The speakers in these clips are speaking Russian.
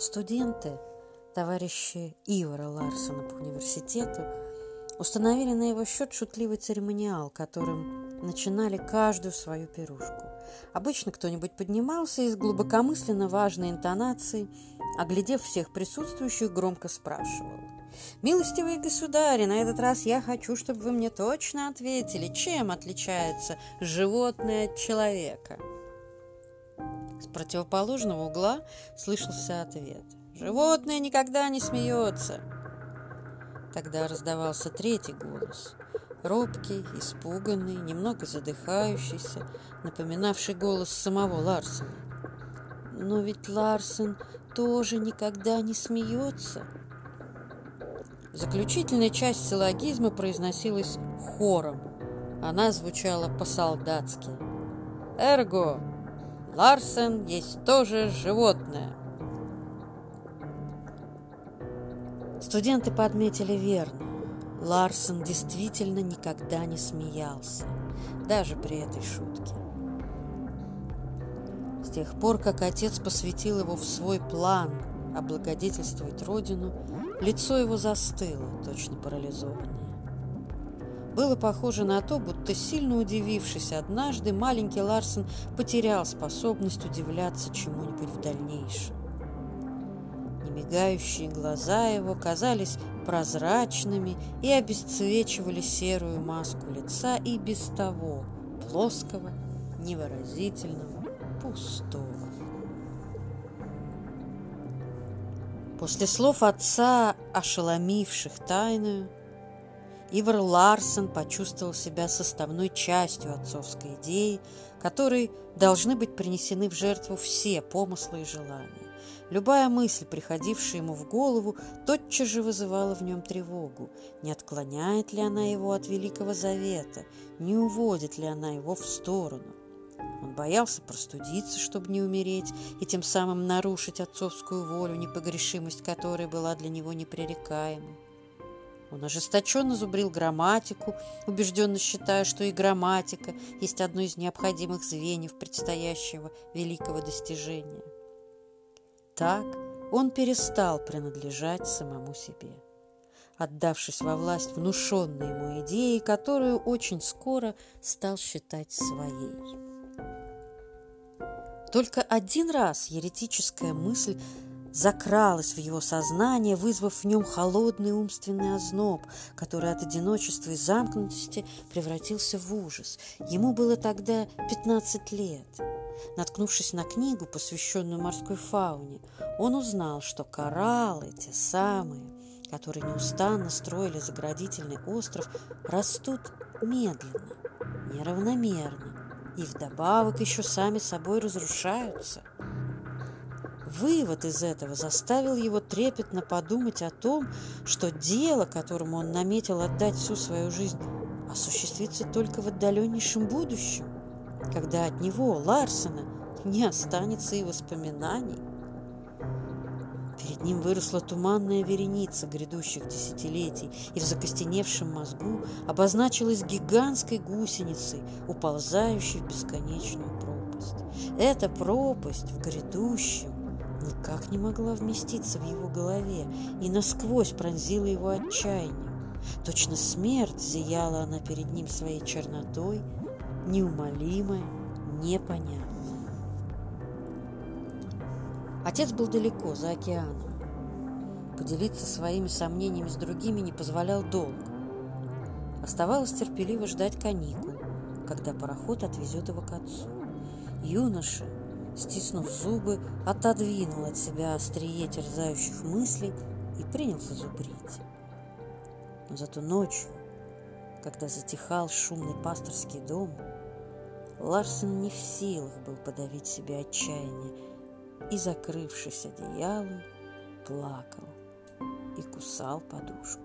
Студенты, товарищи Ивара Ларсена по университету, установили на его счет шутливый церемониал, которым начинали каждую свою пирушку. Обычно кто-нибудь поднимался и с глубокомысленно важной интонацией, оглядев всех присутствующих, громко спрашивал: «Милостивые государи, на этот раз я хочу, чтобы вы мне точно ответили, чем отличается животное от человека». С противоположного угла слышался ответ: «Животное никогда не смеется». Тогда раздавался третий голос, робкий, испуганный, немного задыхающийся, напоминавший голос самого Ларсена. «Но ведь Ларсен тоже никогда не смеется». Заключительная часть силлогизма произносилась хором. Она звучала по-солдатски: «Эрго! Ларсен есть тоже животное». Студенты подметили верно. Ларсен действительно никогда не смеялся, даже при этой шутке. С тех пор, как отец посвятил его в свой план облагодетельствовать родину, лицо его застыло, точно парализованное. Было похоже на то, будто, сильно удивившись однажды, маленький Ларсен потерял способность удивляться чему-нибудь в дальнейшем. Немигающие глаза его казались прозрачными и обесцвечивали серую маску лица и без того плоского, невыразительного, пустого. После слов отца, ошеломивших тайную, Ивар Ларсен почувствовал себя составной частью отцовской идеи, которой должны быть принесены в жертву все помыслы и желания. Любая мысль, приходившая ему в голову, тотчас же вызывала в нем тревогу. Не отклоняет ли она его от Великого Завета, не уводит ли она его в сторону? Он боялся простудиться, чтобы не умереть, и тем самым нарушить отцовскую волю, непогрешимость которой была для него непререкаемой. Он ожесточенно зубрил грамматику, убежденно считая, что и грамматика есть одно из необходимых звеньев предстоящего великого достижения. Так он перестал принадлежать самому себе, отдавшись во власть внушенной ему идеи, которую очень скоро стал считать своей. Только один раз еретическая мысль закралась в его сознание, вызвав в нем холодный умственный озноб, который от одиночества и замкнутости превратился в ужас. Ему было тогда 15 лет. Наткнувшись на книгу, посвященную морской фауне, он узнал, что кораллы, те самые, которые неустанно строили заградительный остров, растут медленно, неравномерно и вдобавок еще сами собой разрушаются. Вывод из этого заставил его трепетно подумать о том, что дело, которому он наметил отдать всю свою жизнь, осуществится только в отдаленнейшем будущем, когда от него, Ларсена, не останется и воспоминаний. Перед ним выросла туманная вереница грядущих десятилетий, и в закостеневшем мозгу обозначилась гигантской гусеницей, уползающей в бесконечную пропасть. Эта пропасть в грядущем никак не могла вместиться в его голове и насквозь пронзила его отчаянием. Точно смерть зияла она перед ним своей чернотой, неумолимая, непонятная. Отец был далеко, за океаном. Поделиться своими сомнениями с другими не позволял долг. Оставалось терпеливо ждать каникул, когда пароход отвезет его к отцу. Юноша, стиснув зубы, отодвинул от себя острие терзающих мыслей и принялся зубрить. Но зато ночью, когда затихал шумный пасторский дом, Ларсен не в силах был подавить себе отчаяние и, закрывшись одеялом, плакал и кусал подушку.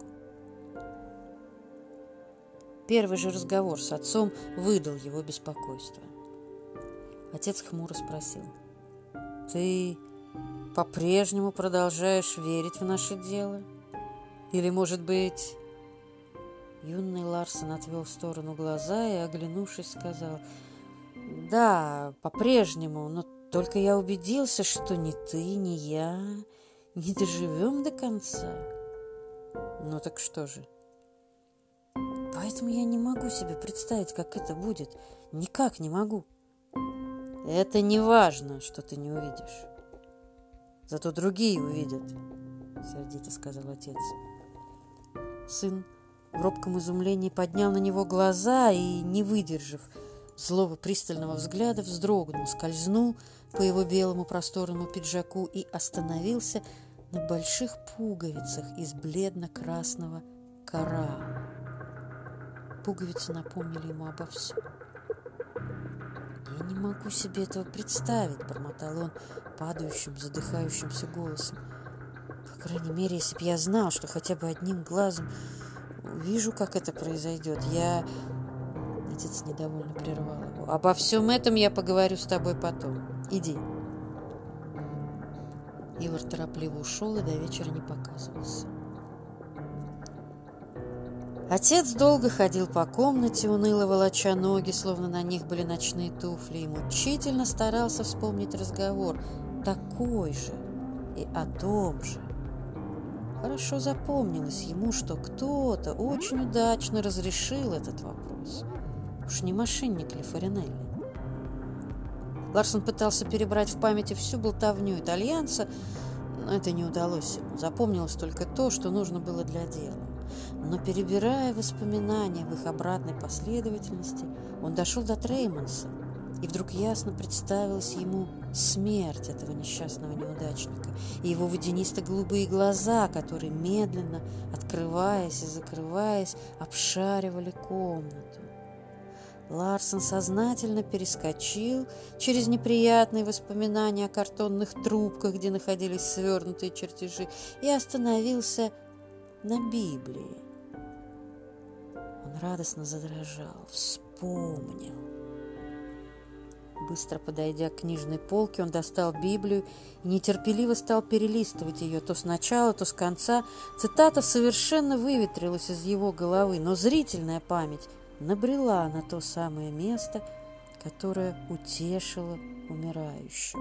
Первый же разговор с отцом выдал его беспокойство. Отец хмуро спросил: «Ты по-прежнему продолжаешь верить в наше дело? Или, может быть...» Юный Ларсен отвел в сторону глаза и, оглянувшись, сказал: «Да, по-прежнему, но только я убедился, что ни ты, ни я не доживем до конца. Ну так что же? Поэтому я не могу себе представить, как это будет. Никак не могу. Это не важно, что ты не увидишь. Зато другие увидят, сердито сказал отец. Сын в робком изумлении поднял на него глаза и, не выдержав злого пристального взгляда, вздрогнул, скользнул по его белому просторному пиджаку и остановился на больших пуговицах из бледно-красного коралла. Пуговицы напомнили ему обо всем. «Я не могу себе этого представить», — бормотал он падающим, задыхающимся голосом. «По крайней мере, если бы я знал, что хотя бы одним глазом увижу, как это произойдет, я...» Отец недовольно прервал его. «Обо всем этом я поговорю с тобой потом. Иди». Ивар торопливо ушел и до вечера не показывался. Отец долго ходил по комнате, уныло волоча ноги, словно на них были ночные туфли, и мучительно старался вспомнить разговор, такой же и о том же. Хорошо запомнилось ему, что кто-то очень удачно разрешил этот вопрос. Уж не мошенник ли Фаринелли? Ларсон пытался перебрать в памяти всю болтовню итальянца, но это не удалось ему. Запомнилось только то, что нужно было для дела. Но, перебирая воспоминания в их обратной последовательности, он дошел до Трейманса, и вдруг ясно представилась ему смерть этого несчастного неудачника и его водянисто-голубые глаза, которые, медленно открываясь и закрываясь, обшаривали комнату. Ларсон сознательно перескочил через неприятные воспоминания о картонных трубках, где находились свернутые чертежи, и остановился на Библии. Он радостно задрожал, вспомнил. Быстро подойдя к книжной полке, он достал Библию и нетерпеливо стал перелистывать ее то сначала, то с конца. Цитата совершенно выветрилась из его головы, но зрительная память набрела на то самое место, которое утешило умирающего.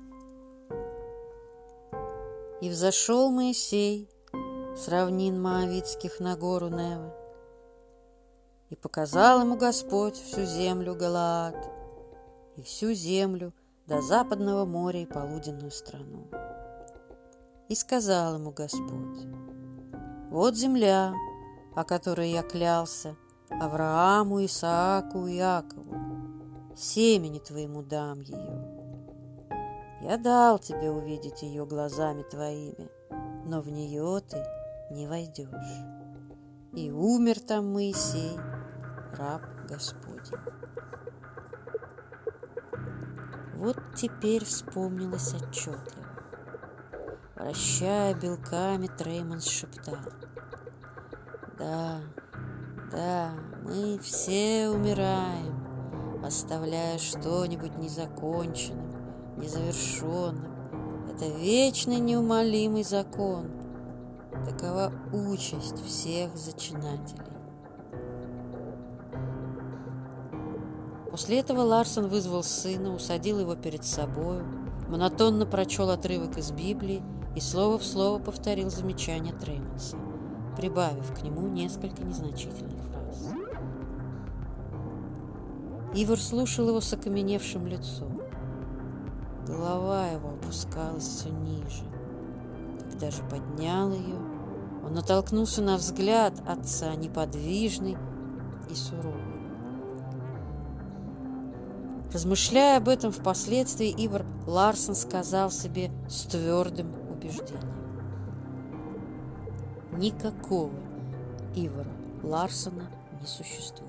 «И взошел Моисей с равнин Моавитских на гору Невы, и показал ему Господь всю землю Галаад, и всю землю до западного моря и полуденную страну. И сказал ему Господь: вот земля, о которой я клялся Аврааму, Исааку и Иакову, семени твоему дам ее. Я дал тебе увидеть ее глазами твоими, но в нее ты не войдешь. И умер там Моисей, раб Господень». Вот теперь вспомнилось отчетливо. Вращая белками, Трейманс шептал: да, мы все умираем, оставляя что-нибудь незаконченным, незавершенным. Это вечный неумолимый закон. Такова участь всех зачинателей. После этого Ларсон вызвал сына, усадил его перед собою, монотонно прочел отрывок из Библии и слово в слово повторил замечание Трейманса, прибавив к нему несколько незначительных фраз. Ивар слушал его с окаменевшим лицом. Голова его опускалась все ниже. Когда же поднял ее, он натолкнулся на взгляд отца, неподвижный и суровый. Размышляя об этом впоследствии, Ивар Ларсон сказал себе с твердым убеждением: никакого Ивара Ларсона не существует.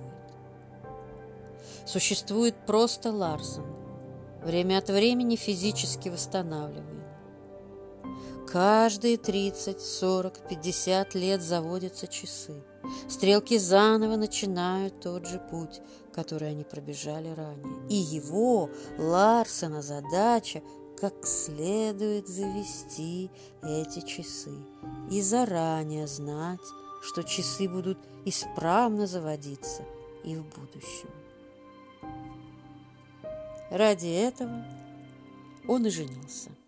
Существует просто Ларсон, время от времени физически восстанавливаемый. Каждые 30, 40, 50 лет заводятся часы. Стрелки заново начинают тот же путь, который они пробежали ранее. И его, Ларсена, задача как следует завести эти часы и заранее знать, что часы будут исправно заводиться и в будущем. Ради этого он и женился.